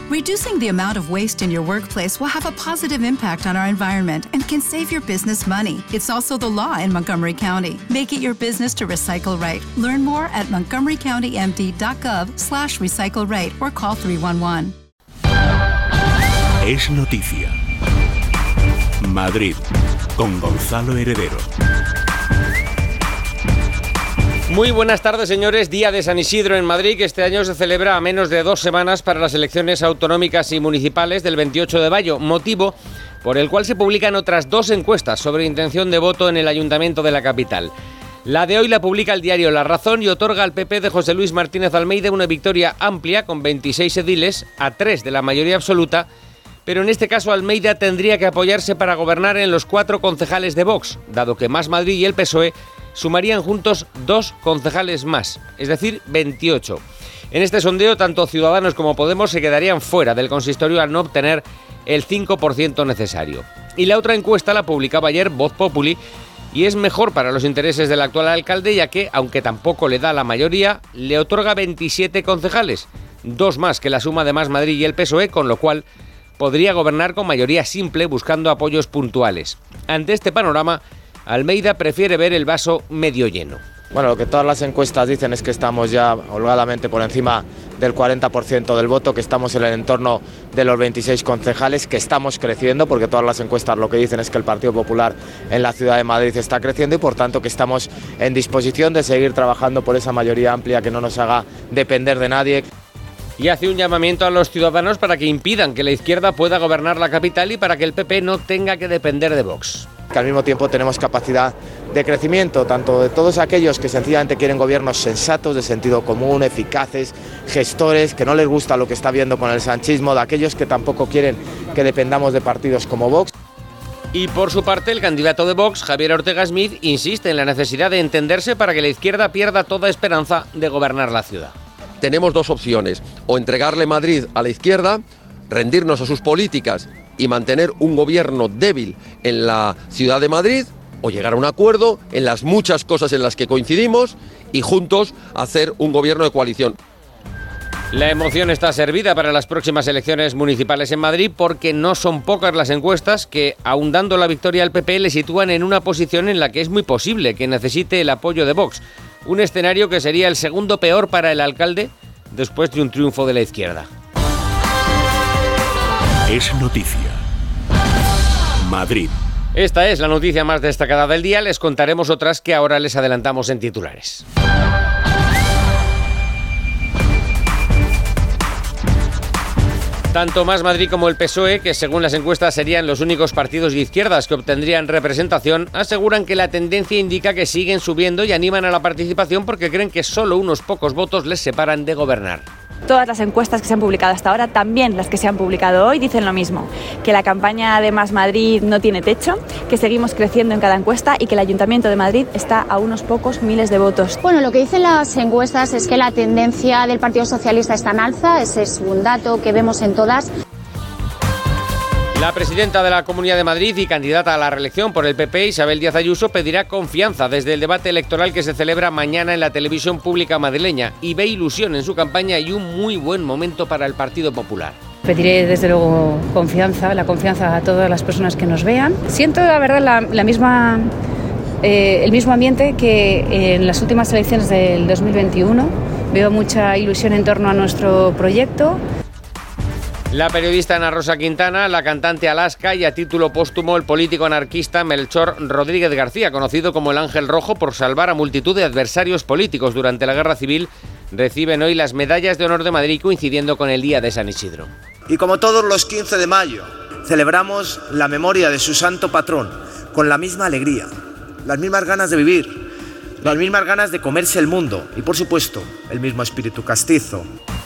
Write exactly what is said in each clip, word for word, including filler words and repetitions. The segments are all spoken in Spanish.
Reducing the amount of waste in your workplace will have a positive impact on our environment and can save your business money. It's also the law in Montgomery County. Make it your business to recycle right. Learn more at montgomery county m d dot gov slash recycle right or call three one one. Es noticia. Madrid, con Gonzalo Heredero. Muy buenas tardes, señores. Día de San Isidro en Madrid, que este año se celebra a menos de dos semanas para las elecciones autonómicas y municipales del veintiocho de mayo, motivo por el cual se publican otras dos encuestas sobre intención de voto en el Ayuntamiento de la capital. La de hoy la publica el diario La Razón y otorga al P P de José Luis Martínez Almeida una victoria amplia con veintiséis ediles a tres de la mayoría absoluta, pero en este caso Almeida tendría que apoyarse para gobernar en los cuatro concejales de Vox, dado que Más Madrid y el P S O E sumarían juntos dos concejales más, es decir, veintiocho. En este sondeo, tanto Ciudadanos como Podemos se quedarían fuera del consistorio al no obtener el cinco por ciento necesario. Y la otra encuesta la publicaba ayer Voz Populi y es mejor para los intereses del actual alcalde, ya que, aunque tampoco le da la mayoría, le otorga veintisiete concejales, dos más que la suma de Más Madrid y el P S O E, con lo cual podría gobernar con mayoría simple buscando apoyos puntuales. Ante este panorama, Almeida prefiere ver el vaso medio lleno. Bueno, lo que todas las encuestas dicen es que estamos ya holgadamente por encima del cuarenta por ciento del voto, que estamos en el entorno de los veintiséis concejales, que estamos creciendo, porque todas las encuestas lo que dicen es que el Partido Popular en la ciudad de Madrid está creciendo y por tanto que estamos en disposición de seguir trabajando por esa mayoría amplia que no nos haga depender de nadie. Y hace un llamamiento a los ciudadanos para que impidan que la izquierda pueda gobernar la capital y para que el P P no tenga que depender de Vox. Que al mismo tiempo tenemos capacidad de crecimiento, tanto de todos aquellos que sencillamente quieren gobiernos sensatos, de sentido común, eficaces, gestores, que no les gusta lo que está viendo con el sanchismo, de aquellos que tampoco quieren que dependamos de partidos como Vox. Y por su parte, el candidato de Vox, Javier Ortega Smith, insiste en la necesidad de entenderse para que la izquierda pierda toda esperanza de gobernar la ciudad. Tenemos dos opciones, o entregarle Madrid a la izquierda, rendirnos a sus políticas y mantener un gobierno débil en la ciudad de Madrid, o llegar a un acuerdo en las muchas cosas en las que coincidimos y juntos hacer un gobierno de coalición. La emoción está servida para las próximas elecciones municipales en Madrid porque no son pocas las encuestas que, aun dando la victoria al P P, le sitúan en una posición en la que es muy posible que necesite el apoyo de Vox. Un escenario que sería el segundo peor para el alcalde después de un triunfo de la izquierda. Es noticia. Madrid. Esta es la noticia más destacada del día. Les contaremos otras que ahora les adelantamos en titulares. Tanto Más Madrid como el P S O E, que según las encuestas serían los únicos partidos de izquierdas que obtendrían representación, aseguran que la tendencia indica que siguen subiendo y animan a la participación porque creen que solo unos pocos votos les separan de gobernar. Todas las encuestas que se han publicado hasta ahora, también las que se han publicado hoy, dicen lo mismo, que la campaña de Más Madrid no tiene techo, que seguimos creciendo en cada encuesta y que el Ayuntamiento de Madrid está a unos pocos miles de votos. Bueno, lo que dicen las encuestas es que la tendencia del Partido Socialista está en alza, ese es un dato que vemos en todas. La presidenta de la Comunidad de Madrid y candidata a la reelección por el P P, Isabel Díaz Ayuso, pedirá confianza desde el debate electoral que se celebra mañana en la televisión pública madrileña y ve ilusión en su campaña y un muy buen momento para el Partido Popular. Pediré desde luego confianza, la confianza a todas las personas que nos vean. Siento la verdad la, la misma, eh, el mismo ambiente que en las últimas elecciones del dos mil veintiuno. Veo mucha ilusión en torno a nuestro proyecto. La periodista Ana Rosa Quintana, la cantante Alaska y a título póstumo el político anarquista Melchor Rodríguez García, conocido como el Ángel Rojo por salvar a multitud de adversarios políticos durante la Guerra Civil, reciben hoy las medallas de honor de Madrid coincidiendo con el Día de San Isidro. Y como todos los quince de mayo, celebramos la memoria de su santo patrón con la misma alegría, las mismas ganas de vivir, las mismas ganas de comerse el mundo y, por supuesto, el mismo espíritu castizo.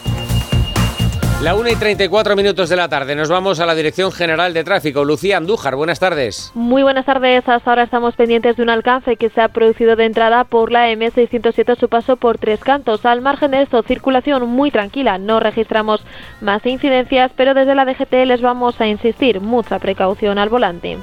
La una y treinta y cuatro minutos de la tarde. Nos vamos a la Dirección General de Tráfico. Lucía Andújar, buenas tardes. Muy buenas tardes. Hasta ahora estamos pendientes de un alcance que se ha producido de entrada por la eme seiscientos siete a su paso por Tres Cantos. Al margen de esto, circulación muy tranquila. No registramos más incidencias, pero desde la D G T les vamos a insistir. Mucha precaución al volante.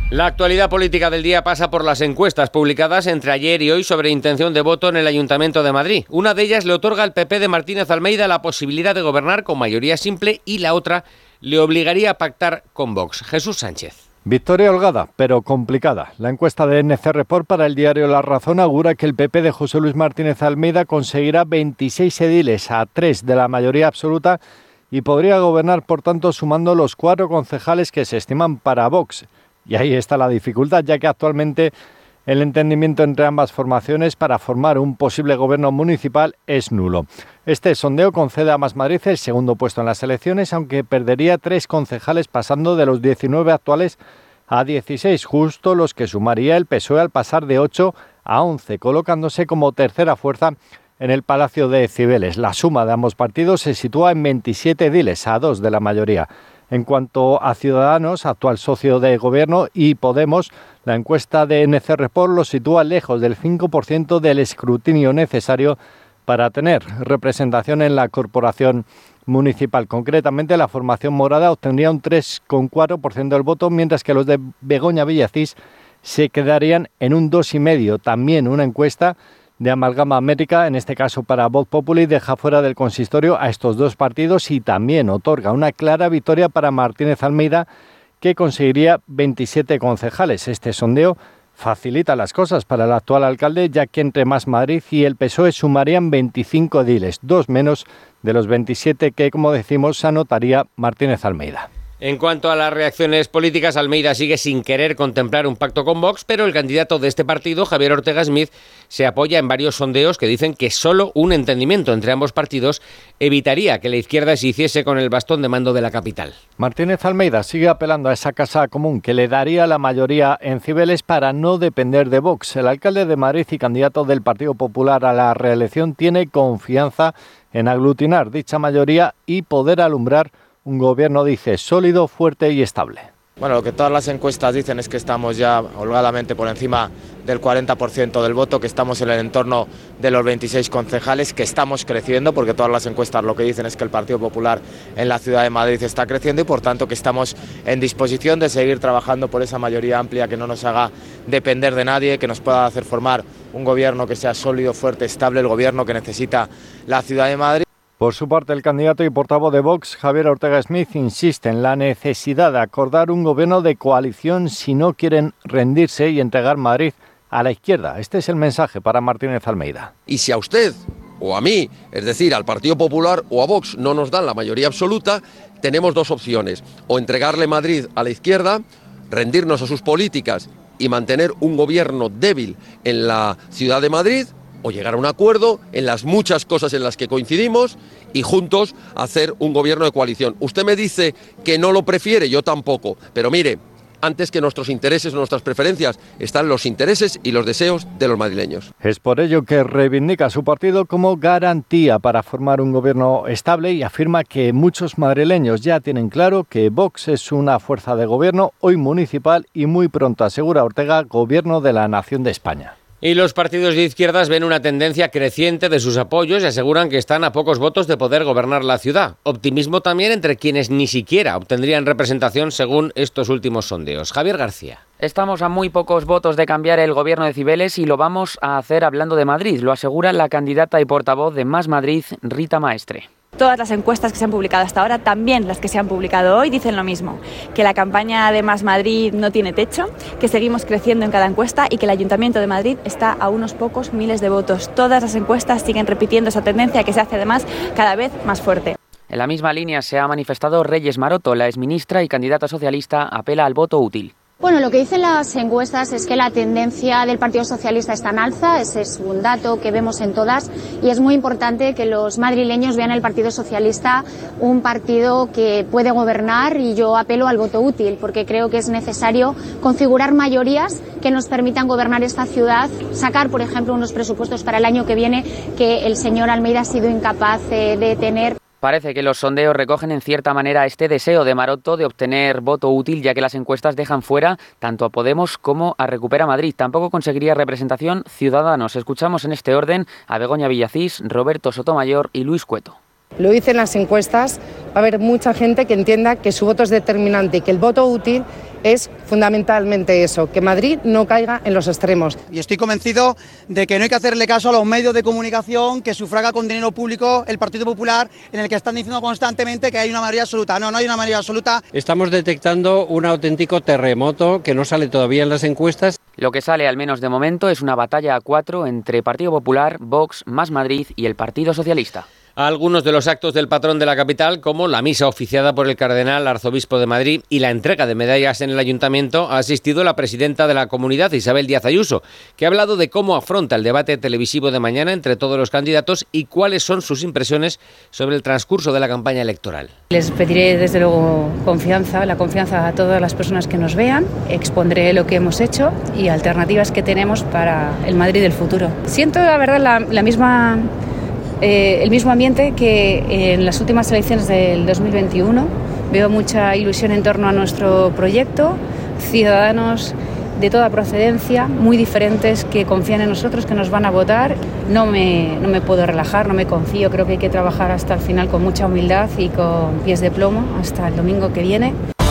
La actualidad política del día pasa por las encuestas publicadas entre ayer y hoy sobre intención de voto en el Ayuntamiento de Madrid. Una de ellas le otorga al P P de Martínez Almeida la posibilidad de gobernar con mayoría simple y la otra le obligaría a pactar con Vox. Jesús Sánchez. Victoria holgada, pero complicada. La encuesta de N C Report para el diario La Razón augura que el P P de José Luis Martínez Almeida conseguirá veintiséis ediles a tres de la mayoría absoluta y podría gobernar, por tanto, sumando los cuatro concejales que se estiman para Vox. Y ahí está la dificultad, ya que actualmente el entendimiento entre ambas formaciones para formar un posible gobierno municipal es nulo. Este sondeo concede a Más Madrid el segundo puesto en las elecciones, aunque perdería tres concejales pasando de los diecinueve actuales a dieciséis, justo los que sumaría el P S O E al pasar de ocho a once, colocándose como tercera fuerza en el Palacio de Cibeles. La suma de ambos partidos se sitúa en veintisiete ediles, a dos de la mayoría. En cuanto a Ciudadanos, actual socio de gobierno, y Podemos, la encuesta de N C Report los sitúa lejos del cinco por ciento del escrutinio necesario para tener representación en la corporación municipal. Concretamente, la formación morada obtendría un tres coma cuatro por ciento del voto, mientras que los de Begoña Villacís se quedarían en un dos coma cinco por ciento. También una encuesta de Amalgama América, en este caso para Vox Populi, deja fuera del consistorio a estos dos partidos y también otorga una clara victoria para Martínez Almeida, que conseguiría veintisiete concejales. Este sondeo facilita las cosas para el actual alcalde, ya que entre Más Madrid y el P S O E sumarían veinticinco ediles, dos menos de los veintisiete que, como decimos, anotaría Martínez Almeida. En cuanto a las reacciones políticas, Almeida sigue sin querer contemplar un pacto con Vox, pero el candidato de este partido, Javier Ortega Smith, se apoya en varios sondeos que dicen que solo un entendimiento entre ambos partidos evitaría que la izquierda se hiciese con el bastón de mando de la capital. Martínez Almeida sigue apelando a esa casa común que le daría la mayoría en Cibeles para no depender de Vox. El alcalde de Madrid y candidato del Partido Popular a la reelección tiene confianza en aglutinar dicha mayoría y poder alumbrar un gobierno, dice, sólido, fuerte y estable. Bueno, lo que todas las encuestas dicen es que estamos ya holgadamente por encima del cuarenta por ciento del voto, que estamos en el entorno de los veintiséis concejales, que estamos creciendo, porque todas las encuestas lo que dicen es que el Partido Popular en la Ciudad de Madrid está creciendo y por tanto que estamos en disposición de seguir trabajando por esa mayoría amplia que no nos haga depender de nadie, que nos pueda hacer formar un gobierno que sea sólido, fuerte, estable, el gobierno que necesita la Ciudad de Madrid. Por su parte, el candidato y portavoz de Vox, Javier Ortega Smith, insiste en la necesidad de acordar un gobierno de coalición si no quieren rendirse y entregar Madrid a la izquierda. Este es el mensaje para Martínez Almeida. Y si a usted o a mí, es decir, al Partido Popular o a Vox, no nos dan la mayoría absoluta, tenemos dos opciones: o entregarle Madrid a la izquierda, rendirnos a sus políticas y mantener un gobierno débil en la Ciudad de Madrid, o llegar a un acuerdo en las muchas cosas en las que coincidimos y juntos hacer un gobierno de coalición. Usted me dice que no lo prefiere, yo tampoco, pero mire, antes que nuestros intereses o nuestras preferencias están los intereses y los deseos de los madrileños. Es por ello que reivindica a su partido como garantía para formar un gobierno estable y afirma que muchos madrileños ya tienen claro que Vox es una fuerza de gobierno hoy municipal y muy pronto, asegura Ortega, gobierno de la nación de España. Y los partidos de izquierdas ven una tendencia creciente de sus apoyos y aseguran que están a pocos votos de poder gobernar la ciudad. Optimismo también entre quienes ni siquiera obtendrían representación según estos últimos sondeos. Javier García. Estamos a muy pocos votos de cambiar el gobierno de Cibeles y lo vamos a hacer hablando de Madrid, lo asegura la candidata y portavoz de Más Madrid, Rita Maestre. Todas las encuestas que se han publicado hasta ahora, también las que se han publicado hoy, dicen lo mismo, que la campaña de Más Madrid no tiene techo, que seguimos creciendo en cada encuesta y que el Ayuntamiento de Madrid está a unos pocos miles de votos. Todas las encuestas siguen repitiendo esa tendencia que se hace además cada vez más fuerte. En la misma línea se ha manifestado Reyes Maroto, la exministra y candidata socialista, apela al voto útil. Bueno, lo que dicen las encuestas es que la tendencia del Partido Socialista está en alza, ese es un dato que vemos en todas y es muy importante que los madrileños vean el Partido Socialista un partido que puede gobernar y yo apelo al voto útil porque creo que es necesario configurar mayorías que nos permitan gobernar esta ciudad, sacar, por ejemplo, unos presupuestos para el año que viene que el señor Almeida ha sido incapaz eh, de tener. Parece que los sondeos recogen en cierta manera este deseo de Maroto de obtener voto útil, ya que las encuestas dejan fuera tanto a Podemos como a Recupera Madrid. Tampoco conseguiría representación Ciudadanos. Escuchamos en este orden a Begoña Villacís, Roberto Sotomayor y Luis Cueto. Lo dicen las encuestas, va a haber mucha gente que entienda que su voto es determinante y que el voto útil es fundamentalmente eso, que Madrid no caiga en los extremos. Y estoy convencido de que no hay que hacerle caso a los medios de comunicación que sufraga con dinero público el Partido Popular, en el que están diciendo constantemente que hay una mayoría absoluta. No, no hay una mayoría absoluta. Estamos detectando un auténtico terremoto que no sale todavía en las encuestas. Lo que sale, al menos de momento, es una batalla a cuatro entre Partido Popular, Vox, Más Madrid y el Partido Socialista. A algunos de los actos del patrón de la capital, como la misa oficiada por el cardenal arzobispo de Madrid y la entrega de medallas en el ayuntamiento, ha asistido la presidenta de la comunidad, Isabel Díaz Ayuso, que ha hablado de cómo afronta el debate televisivo de mañana entre todos los candidatos y cuáles son sus impresiones sobre el transcurso de la campaña electoral. Les pediré desde luego confianza, la confianza a todas las personas que nos vean, expondré lo que hemos hecho y alternativas que tenemos para el Madrid del futuro. Siento, la verdad, la, la misma... Eh, el mismo ambiente que en las últimas elecciones del dos mil veintiuno. Veo mucha ilusión en torno a nuestro proyecto, ciudadanos de toda procedencia, muy diferentes, que confían en nosotros, que nos van a votar. No me, no me puedo relajar, no me confío, creo que hay que trabajar hasta el final con mucha humildad y con pies de plomo hasta el domingo que viene.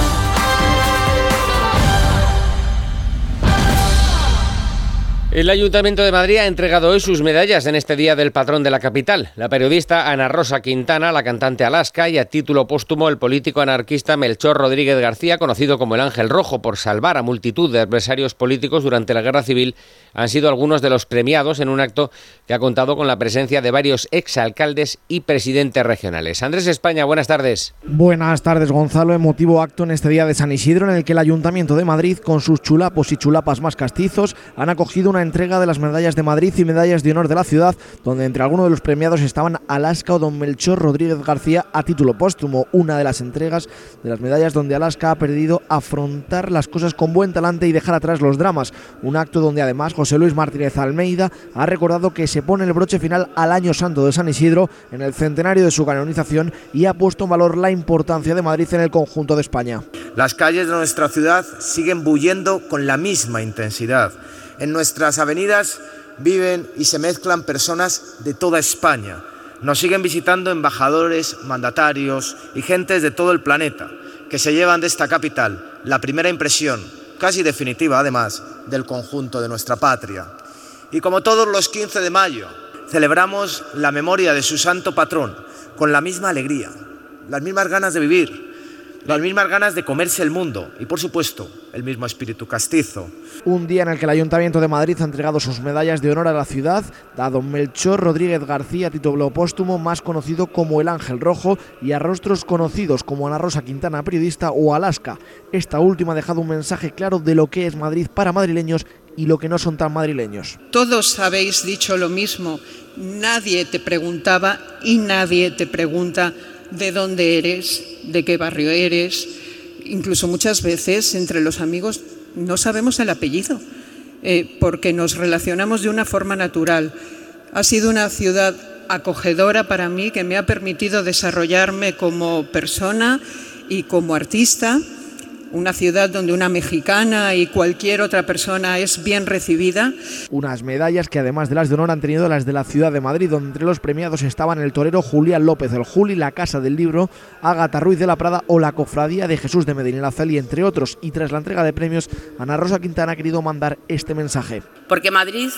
El Ayuntamiento de Madrid ha entregado hoy sus medallas en este día del patrón de la capital. La periodista Ana Rosa Quintana, la cantante Alaska y a título póstumo el político anarquista Melchor Rodríguez García, conocido como el Ángel Rojo por salvar a multitud de adversarios políticos durante la Guerra Civil, han sido algunos de los premiados en un acto que ha contado con la presencia de varios exalcaldes y presidentes regionales. Andrés España, buenas tardes. Buenas tardes, Gonzalo. Emotivo acto en este día de San Isidro en el que el Ayuntamiento de Madrid, con sus chulapos y chulapas más castizos, han acogido una entrega de las medallas de Madrid y medallas de honor de la ciudad, donde entre algunos de los premiados estaban Alaska o don Melchor Rodríguez García a título póstumo, una de las entregas de las medallas donde Alaska ha perdido afrontar las cosas con buen talante y dejar atrás los dramas. Un acto donde además José Luis Martínez Almeida ha recordado que se pone el broche final al Año Santo de San Isidro en el centenario de su canonización y ha puesto en valor la importancia de Madrid en el conjunto de España. Las calles de nuestra ciudad siguen bullendo con la misma intensidad. En nuestras avenidas viven y se mezclan personas de toda España. Nos siguen visitando embajadores, mandatarios y gentes de todo el planeta que se llevan de esta capital la primera impresión, casi definitiva además, del conjunto de nuestra patria. Y como todos los quince de mayo, celebramos la memoria de su santo patrón con la misma alegría, las mismas ganas de vivir, las mismas ganas de comerse el mundo y, por supuesto, el mismo espíritu castizo. Un día en el que el Ayuntamiento de Madrid ha entregado sus medallas de honor a la ciudad a don Melchor Rodríguez García, título póstumo, más conocido como el Ángel Rojo, y a rostros conocidos como Ana Rosa Quintana, periodista, o Alaska. Esta última ha dejado un mensaje claro de lo que es Madrid para madrileños y lo que no son tan madrileños. Todos habéis dicho lo mismo. Nadie te preguntaba y nadie te pregunta de dónde eres, de qué barrio eres. Incluso muchas veces entre los amigos no sabemos el apellido, eh, porque nos relacionamos de una forma natural. Ha sido una ciudad acogedora para mí, que me ha permitido desarrollarme como persona y como artista. Una ciudad donde una mexicana y cualquier otra persona es bien recibida. Unas medallas que además de las de honor han tenido las de la ciudad de Madrid, donde entre los premiados estaban el torero Julián López, el Juli, la Casa del Libro, Ágata Ruiz de la Prada o la Cofradía de Jesús de Medinaceli, entre otros. Y tras la entrega de premios, Ana Rosa Quintana ha querido mandar este mensaje. Porque Madrid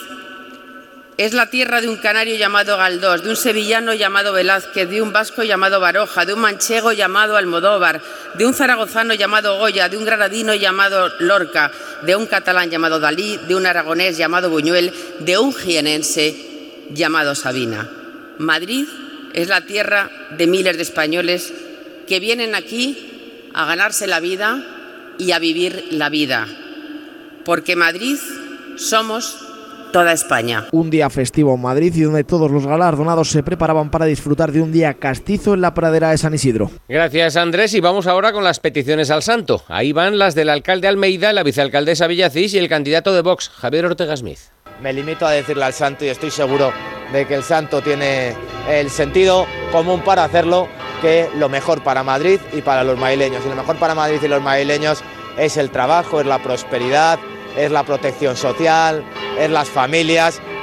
es la tierra de un canario llamado Galdós, de un sevillano llamado Velázquez, de un vasco llamado Baroja, de un manchego llamado Almodóvar, de un zaragozano llamado Goya, de un granadino llamado Lorca, de un catalán llamado Dalí, de un aragonés llamado Buñuel, de un jienense llamado Sabina. Madrid es la tierra de miles de españoles que vienen aquí a ganarse la vida y a vivir la vida. Porque Madrid somos toda España. Un día festivo en Madrid y donde todos los galardonados se preparaban para disfrutar de un día castizo en la pradera de San Isidro. Gracias, Andrés, y vamos ahora con las peticiones al santo. Ahí van las del alcalde Almeida, la vicealcaldesa Villacís y el candidato de Vox, Javier Ortega Smith. Me limito a decirle al santo, y estoy seguro de que el santo tiene el sentido común para hacerlo, que lo mejor para Madrid y para los madrileños. Y lo mejor para Madrid y los madrileños es el trabajo, es la prosperidad, es la protección social, es las familias,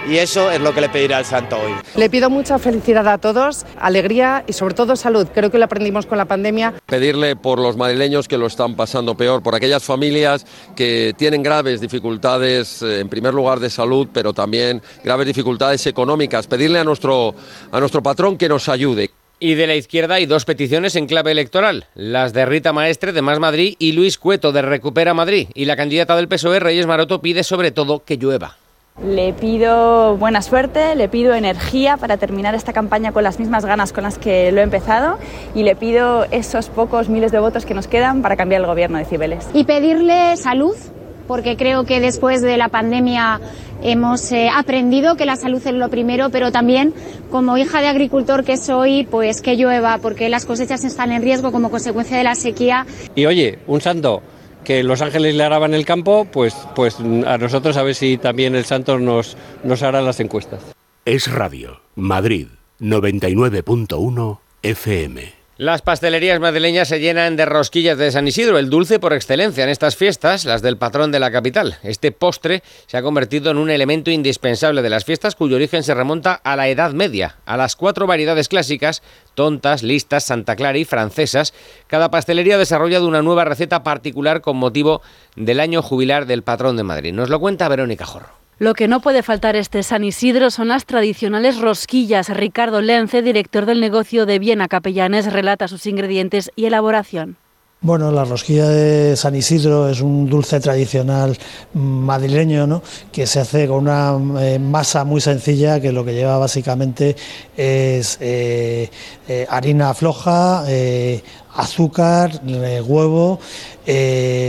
y eso es lo que le pediré al santo hoy. Le pido mucha felicidad a todos, alegría y sobre todo salud. Creo que lo aprendimos con la pandemia. Pedirle por los madrileños que lo están pasando peor, por aquellas familias que tienen graves dificultades, eh, en primer lugar de salud, pero también graves dificultades económicas. Pedirle a nuestro, a nuestro patrón que nos ayude. Y de la izquierda hay dos peticiones en clave electoral, las de Rita Maestre de Más Madrid y Luis Cueto de Recupera Madrid. Y la candidata del P S O E, Reyes Maroto, pide sobre todo que llueva. Le pido buena suerte, le pido energía para terminar esta campaña con las mismas ganas con las que lo he empezado y le pido esos pocos miles de votos que nos quedan para cambiar el gobierno de Cibeles. Y pedirle salud, porque creo que después de la pandemia hemos eh, aprendido que la salud es lo primero, pero también como hija de agricultor que soy, pues que llueva, porque las cosechas están en riesgo como consecuencia de la sequía. Y oye, un santo que Los Ángeles le araban el campo, pues, pues a nosotros a ver si también el santo nos, nos hará las encuestas. Es Radio, Madrid, noventa y nueve punto uno F M. Las pastelerías madrileñas se llenan de rosquillas de San Isidro, el dulce por excelencia en estas fiestas, las del patrón de la capital. Este postre se ha convertido en un elemento indispensable de las fiestas cuyo origen se remonta a la Edad Media, a las cuatro variedades clásicas, tontas, listas, Santa Clara y francesas. Cada pastelería ha desarrollado una nueva receta particular con motivo del año jubilar del patrón de Madrid. Nos lo cuenta Verónica Jorro. Lo que no puede faltar este San Isidro son las tradicionales rosquillas. Ricardo Lence, director del negocio de Viena Capellanes, relata sus ingredientes y elaboración. Bueno, la rosquilla de San Isidro es un dulce tradicional madrileño, ¿no?, que se hace con una eh, masa muy sencilla, que lo que lleva básicamente es eh, eh, harina floja, eh, azúcar, eh, huevo eh,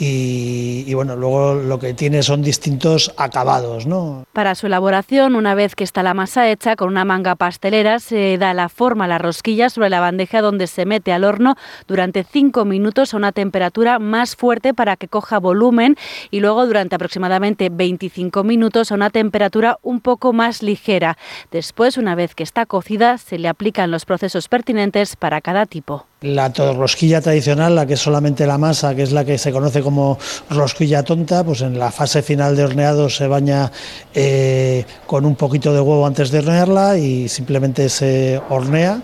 y, y bueno, luego lo que tiene son distintos acabados, ¿no? Para su elaboración, una vez que está la masa hecha, con una manga pastelera se da la forma a la rosquilla sobre la bandeja, donde se mete al horno durante cinco minutos a una temperatura más fuerte para que coja volumen, y luego durante aproximadamente veinticinco minutos a una temperatura un poco más ligera. Después, una vez que está cocida, se le aplican los procesos pertinentes para cada tipo. La rosquilla tradicional, la que es solamente la masa, que es la que se conoce como rosquilla tonta, pues en la fase final de horneado se baña eh, con un poquito de huevo antes de hornearla y simplemente se hornea.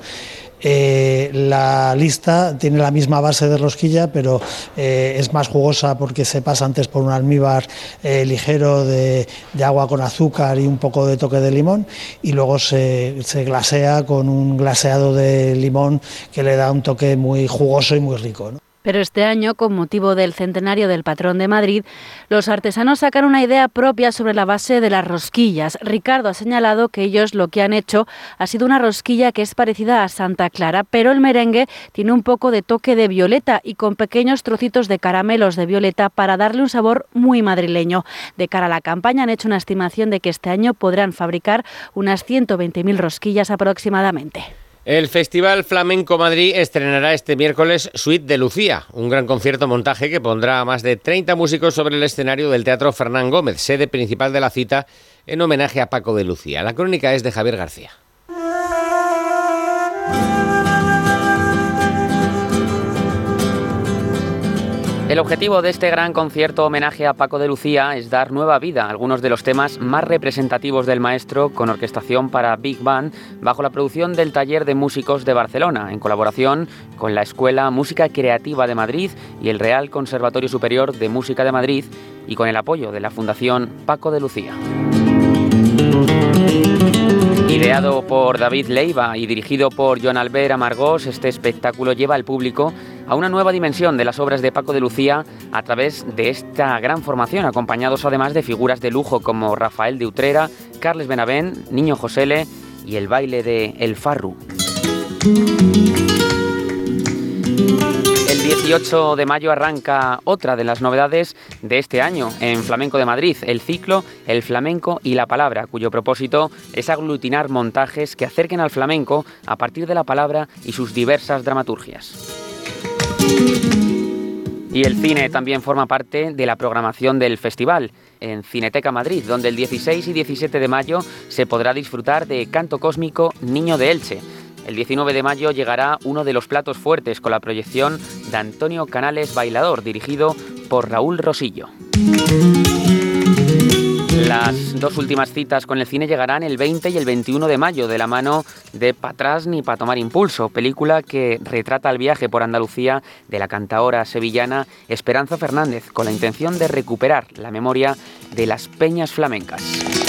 Eh, la lista tiene la misma base de rosquilla, pero eh, es más jugosa porque se pasa antes por un almíbar eh, ligero de, de agua con azúcar y un poco de toque de limón, y luego se, se glasea con un glaseado de limón que le da un toque muy jugoso y muy rico, ¿no? Pero este año, con motivo del centenario del patrón de Madrid, los artesanos sacan una idea propia sobre la base de las rosquillas. Ricardo ha señalado que ellos lo que han hecho ha sido una rosquilla que es parecida a Santa Clara, pero el merengue tiene un poco de toque de violeta y con pequeños trocitos de caramelos de violeta para darle un sabor muy madrileño. De cara a la campaña han hecho una estimación de que este año podrán fabricar unas ciento veinte mil rosquillas aproximadamente. El Festival Flamenco Madrid estrenará este miércoles Suite de Lucía, un gran concierto montaje que pondrá a más de treinta músicos sobre el escenario del Teatro Fernán Gómez, sede principal de la cita, en homenaje a Paco de Lucía. La crónica es de Javier García. El objetivo de este gran concierto homenaje a Paco de Lucía es dar nueva vida a algunos de los temas más representativos del maestro, con orquestación para Big Band, bajo la producción del Taller de Músicos de Barcelona, en colaboración con la Escuela Música Creativa de Madrid y el Real Conservatorio Superior de Música de Madrid, y con el apoyo de la Fundación Paco de Lucía. Ideado por David Leiva y dirigido por Joan Albert Amargós, este espectáculo lleva al público a una nueva dimensión de las obras de Paco de Lucía a través de esta gran formación, acompañados además de figuras de lujo como Rafael de Utrera, Carles Benavent, Niño Josele y el baile de El Farru. El dieciocho de mayo arranca otra de las novedades de este año en Flamenco de Madrid, el ciclo El Flamenco y la Palabra, cuyo propósito es aglutinar montajes que acerquen al flamenco a partir de la palabra y sus diversas dramaturgias. Y el cine también forma parte de la programación del festival, en Cineteca Madrid, donde el dieciséis y diecisiete de mayo se podrá disfrutar de Canto Cósmico Niño de Elche. El diecinueve de mayo llegará uno de los platos fuertes con la proyección de Antonio Canales Bailador, dirigido por Raúl Rosillo. Las dos últimas citas con el cine llegarán el veinte y el veintiuno de mayo, de la mano de Pa' atrás ni pa' tomar impulso, película que retrata el viaje por Andalucía de la cantaora sevillana Esperanza Fernández, con la intención de recuperar la memoria de las peñas flamencas.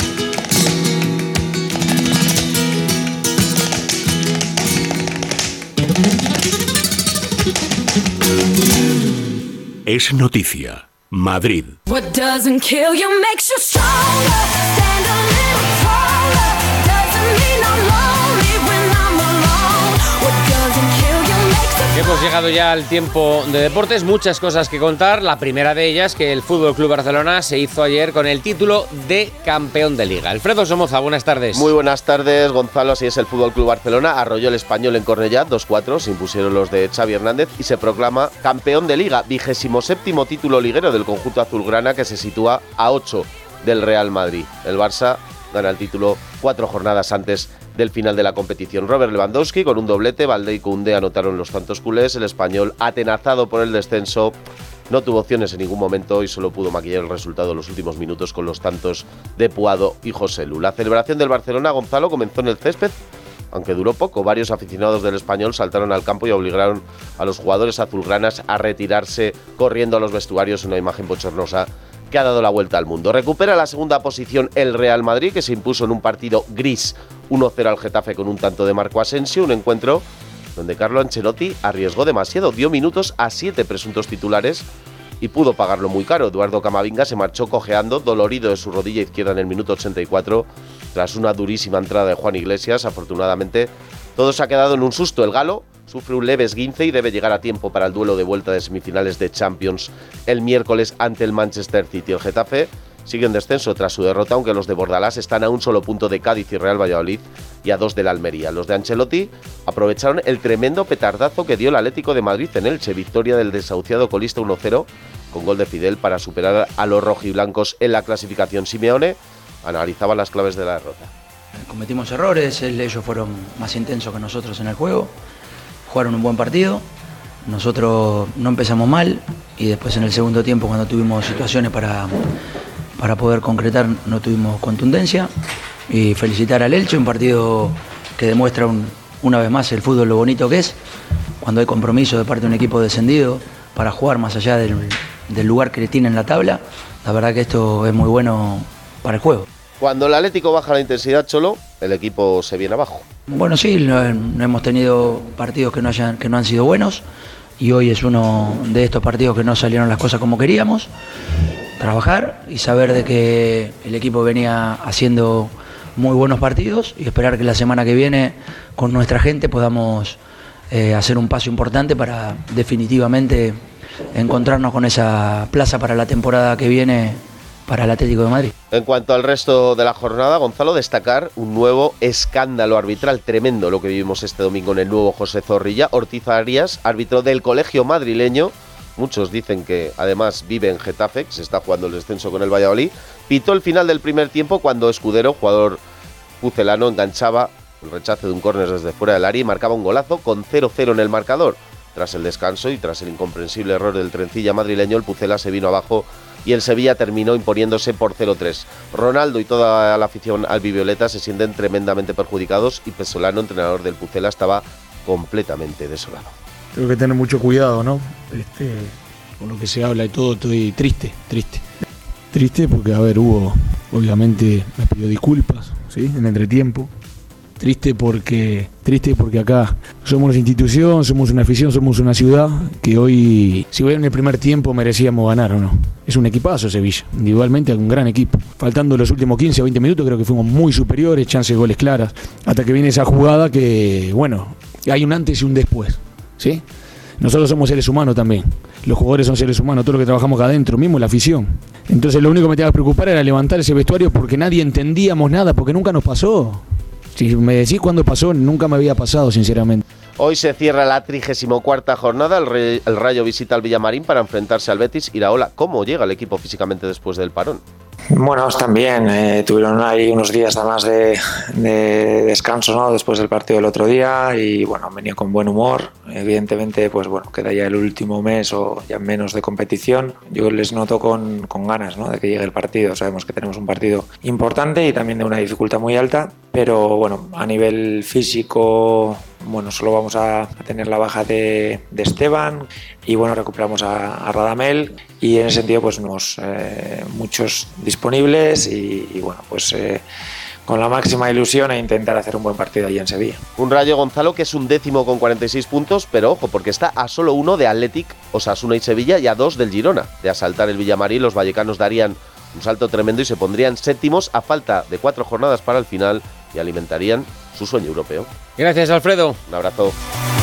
Es noticia. Madrid. What doesn't kill you makes you stronger. Stand a little taller. Doesn't mean I'm lonely when I'm alone. What doesn't kill you makes you Hemos llegado ya al tiempo de deportes, muchas cosas que contar. La primera de ellas, que el F C Barcelona se hizo ayer con el título de campeón de Liga. Alfredo Somoza, buenas tardes. Muy buenas tardes, Gonzalo. Así es, el F C Barcelona arrolló el Español en Cornellá dos cuatro, se impusieron los de Xavi Hernández y se proclama campeón de Liga, vigésimo séptimo título liguero del conjunto azulgrana, que se sitúa a ocho del Real Madrid. El Barça gana el título cuatro jornadas antes del final de la competición. Robert Lewandowski con un doblete, Valdé y Koundé anotaron los tantos culés. El Español, atenazado por el descenso, no tuvo opciones en ningún momento y solo pudo maquillar el resultado en los últimos minutos con los tantos de Puado y Joselu. La celebración del Barcelona, Gonzalo, comenzó en el césped, aunque duró poco. Varios aficionados del Español saltaron al campo y obligaron a los jugadores azulgranas a retirarse corriendo a los vestuarios, una imagen bochornosa que ha dado la vuelta al mundo. Recupera la segunda posición el Real Madrid, que se impuso en un partido gris uno cero al Getafe con un tanto de Marco Asensio, un encuentro donde Carlo Ancelotti arriesgó demasiado, dio minutos a siete presuntos titulares y pudo pagarlo muy caro. Eduardo Camavinga se marchó cojeando, dolorido de su rodilla izquierda en el minuto ochenta y cuatro, tras una durísima entrada de Juan Iglesias. Afortunadamente, todo se ha quedado en un susto. El galo sufre un leve esguince y debe llegar a tiempo para el duelo de vuelta de semifinales de Champions el miércoles ante el Manchester City. El Getafe sigue en descenso tras su derrota, aunque los de Bordalás están a un solo punto de Cádiz y Real Valladolid y a dos de la Almería. Los de Ancelotti aprovecharon el tremendo petardazo que dio el Atlético de Madrid en Elche, victoria del desahuciado colista uno cero con gol de Fidel para superar a los rojiblancos en la clasificación. Simeone analizaba las claves de la derrota. Cometimos errores, ellos fueron más intensos que nosotros en el juego, jugaron un buen partido, nosotros no empezamos mal y después en el segundo tiempo, cuando tuvimos situaciones para, para poder concretar, no tuvimos contundencia. Y felicitar al Elche, un partido que demuestra un, una vez más el fútbol lo bonito que es, cuando hay compromiso de parte de un equipo descendido para jugar más allá del, del lugar que tiene en la tabla. La verdad que esto es muy bueno para el juego. Cuando el Atlético baja la intensidad, Cholo, el equipo se viene abajo. Bueno, sí, no, no hemos tenido partidos que no, hayan, que no han sido buenos y hoy es uno de estos partidos que no salieron las cosas como queríamos. Trabajar y saber de que el equipo venía haciendo muy buenos partidos y esperar que la semana que viene con nuestra gente podamos eh, hacer un paso importante para definitivamente encontrarnos con esa plaza para la temporada que viene para el Atlético de Madrid. En cuanto al resto de la jornada, Gonzalo, destacar un nuevo escándalo arbitral tremendo, lo que vivimos este domingo en el nuevo José Zorrilla. Ortiz Arias, árbitro del colegio madrileño, muchos dicen que además vive en Getafe, que se está jugando el descenso con el Valladolid, pitó el final del primer tiempo cuando Escudero, jugador pucelano, enganchaba el rechace de un córner desde fuera del área y marcaba un golazo con cero cero en el marcador. Tras el descanso y tras el incomprensible error del trencilla madrileño, el Pucela se vino abajo y el Sevilla terminó imponiéndose por cero tres. Ronaldo y toda la afición albivioleta se sienten tremendamente perjudicados y Pesolano, entrenador del Pucela, estaba completamente desolado. Tengo que tener mucho cuidado, ¿no? Este, con lo que se habla y todo, estoy triste, triste. Triste porque, a ver, Hugo obviamente me pidió disculpas, ¿sí? En entretiempo. Triste porque, triste porque acá somos una institución, somos una afición, somos una ciudad que hoy, si hoy en el primer tiempo merecíamos ganar o no. Es un equipazo Sevilla, individualmente un gran equipo. Faltando los últimos quince o veinte minutos creo que fuimos muy superiores, chances de goles claras, hasta que viene esa jugada que, bueno, hay un antes y un después, ¿sí? Nosotros somos seres humanos también, los jugadores son seres humanos, todo lo que trabajamos acá adentro, mismo la afición. Entonces lo único que me tenía que preocupar era levantar ese vestuario porque nadie entendíamos nada, porque nunca nos pasó. Si me decís cuándo pasó, nunca me había pasado, sinceramente. Hoy se cierra la trigésimo cuarta jornada, el, Re- el Rayo visita al Villamarín para enfrentarse al Betis. Iraola, ¿cómo llega el equipo físicamente después del parón? Bueno, están bien. Eh, tuvieron ahí unos días además de, de descanso, ¿no? Después del partido del otro día y bueno, han venido con buen humor. Evidentemente, pues bueno, queda ya el último mes o ya menos de competición. Yo les noto con, con ganas, ¿no? De que llegue el partido. Sabemos que tenemos un partido importante y también de una dificultad muy alta, pero bueno, a nivel físico, bueno, solo vamos a, a tener la baja de, de Esteban y bueno, recuperamos a, a Radamel y en ese sentido pues tenemos eh, muchos disponibles y, y bueno, pues eh, con la máxima ilusión e intentar hacer un buen partido allí en Sevilla. Un Rayo, Gonzalo, que es un décimo con cuarenta y seis puntos, pero ojo, porque está a solo uno de Athletic, Osasuna y Sevilla y a dos del Girona. De asaltar el Villamarín, los vallecanos darían un salto tremendo y se pondrían séptimos a falta de cuatro jornadas para el final y alimentarían su sueño europeo. Gracias, Alfredo. Un abrazo.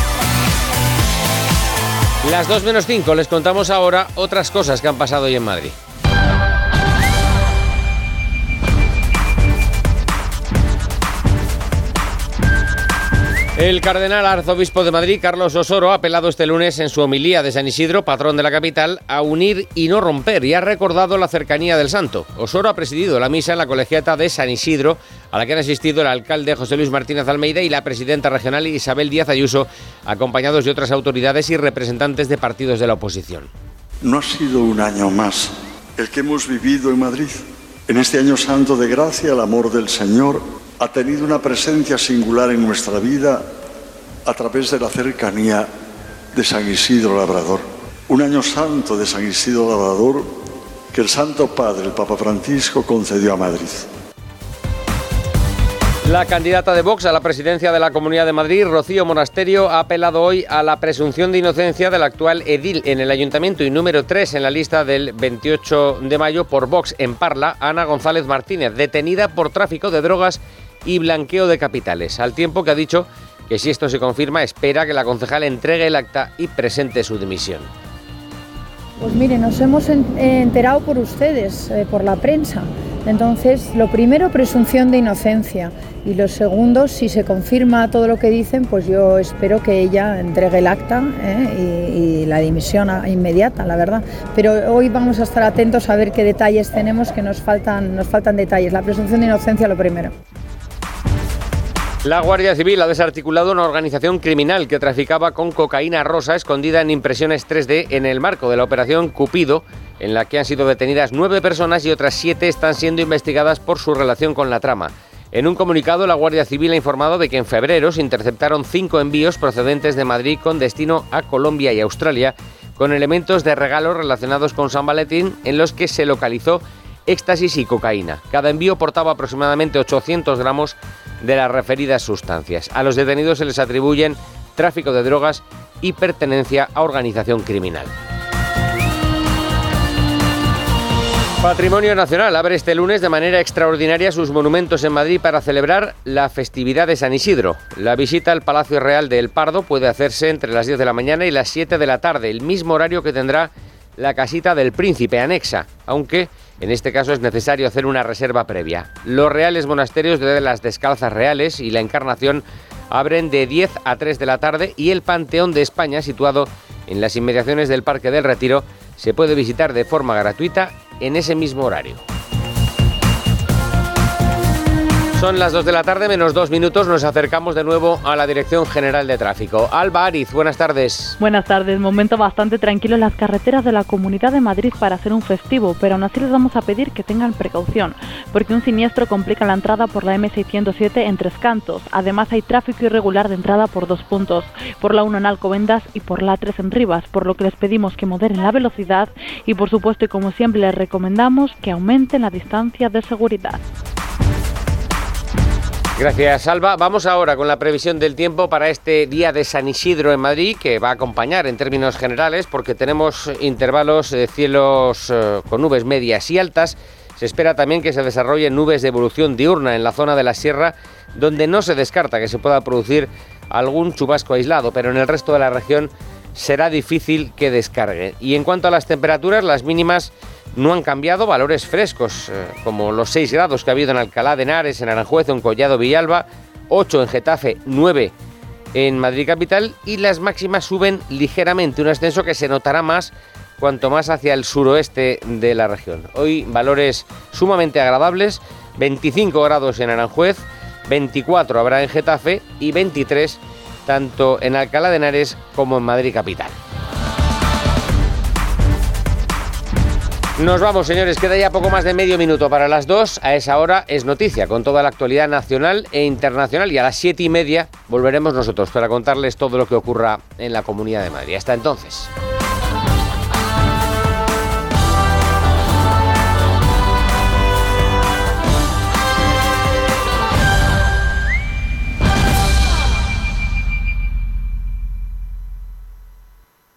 Las dos menos cinco, les contamos ahora otras cosas que han pasado hoy en Madrid. El cardenal arzobispo de Madrid, Carlos Osoro, ha apelado este lunes en su homilía de San Isidro, patrón de la capital, a unir y no romper, y ha recordado la cercanía del santo. Osoro ha presidido la misa en la colegiata de San Isidro, a la que han asistido el alcalde José Luis Martínez Almeida y la presidenta regional Isabel Díaz Ayuso, acompañados de otras autoridades y representantes de partidos de la oposición. No ha sido un año más el que hemos vivido en Madrid. En este año santo de gracia, el amor del Señor ha tenido una presencia singular en nuestra vida a través de la cercanía de San Isidro Labrador. Un año santo de San Isidro Labrador que el Santo Padre, el Papa Francisco, concedió a Madrid. La candidata de Vox a la presidencia de la Comunidad de Madrid, Rocío Monasterio, ha apelado hoy a la presunción de inocencia del actual edil en el Ayuntamiento y número tres en la lista del veintiocho de mayo por Vox en Parla, Ana González Martínez, detenida por tráfico de drogas y blanqueo de capitales, al tiempo que ha dicho que si esto se confirma, espera que la concejal entregue el acta y presente su dimisión. Pues mire, nos hemos enterado por ustedes, eh, por la prensa. Entonces, lo primero, presunción de inocencia. Y lo segundo, si se confirma todo lo que dicen, pues yo espero que ella entregue el acta eh, y, y la dimisión inmediata, la verdad. Pero hoy vamos a estar atentos a ver qué detalles tenemos, que nos faltan, nos faltan detalles. La presunción de inocencia, lo primero. La Guardia Civil ha desarticulado una organización criminal que traficaba con cocaína rosa escondida en impresiones tres D en el marco de la operación Cupido, en la que han sido detenidas nueve personas y otras siete están siendo investigadas por su relación con la trama. En un comunicado, la Guardia Civil ha informado de que en febrero se interceptaron cinco envíos procedentes de Madrid con destino a Colombia y Australia, con elementos de regalo relacionados con San Valentín, en los que se localizó éxtasis y cocaína. Cada envío portaba aproximadamente ochocientos gramos de las referidas sustancias. A los detenidos se les atribuyen tráfico de drogas y pertenencia a organización criminal. Patrimonio Nacional abre este lunes de manera extraordinaria sus monumentos en Madrid para celebrar la festividad de San Isidro. La visita al Palacio Real de El Pardo puede hacerse entre las diez de la mañana y las siete de la tarde, el mismo horario que tendrá la casita del Príncipe anexa, aunque en este caso es necesario hacer una reserva previa. Los reales monasterios de las Descalzas Reales y la Encarnación abren de diez a tres de la tarde y el Panteón de España, situado en las inmediaciones del Parque del Retiro, se puede visitar de forma gratuita en ese mismo horario. Son las dos de la tarde, menos dos minutos, nos acercamos de nuevo a la Dirección General de Tráfico. Alba Ariz, buenas tardes. Buenas tardes, momento bastante tranquilo en las carreteras de la Comunidad de Madrid para hacer un festivo, pero aún así les vamos a pedir que tengan precaución, porque un siniestro complica la entrada por la eme seiscientos siete en Tres Cantos. Además hay tráfico irregular de entrada por dos puntos, por la uno en Alcobendas y por la a tres en Rivas, por lo que les pedimos que moderen la velocidad y por supuesto y como siempre les recomendamos que aumenten la distancia de seguridad. Gracias, Alba. Vamos ahora con la previsión del tiempo para este día de San Isidro en Madrid, que va a acompañar en términos generales porque tenemos intervalos de cielos eh, con nubes medias y altas. Se espera también que se desarrollen nubes de evolución diurna en la zona de la sierra, donde no se descarta que se pueda producir algún chubasco aislado, pero en el resto de la región será difícil que descargue. Y en cuanto a las temperaturas, las mínimas no han cambiado, valores frescos, eh, como los seis grados que ha habido en Alcalá de Henares, en Aranjuez, en Collado Villalba, ocho en Getafe, nueve en Madrid capital, y las máximas suben ligeramente, un ascenso que se notará más cuanto más hacia el suroeste de la región. Hoy valores sumamente agradables, veinticinco grados en Aranjuez, veinticuatro habrá en Getafe y veintitrés tanto en Alcalá de Henares como en Madrid capital. Nos vamos, señores, queda ya poco más de medio minuto para las dos. A esa hora es noticia, con toda la actualidad nacional e internacional, y a las siete y media volveremos nosotros para contarles todo lo que ocurra en la Comunidad de Madrid. Hasta entonces.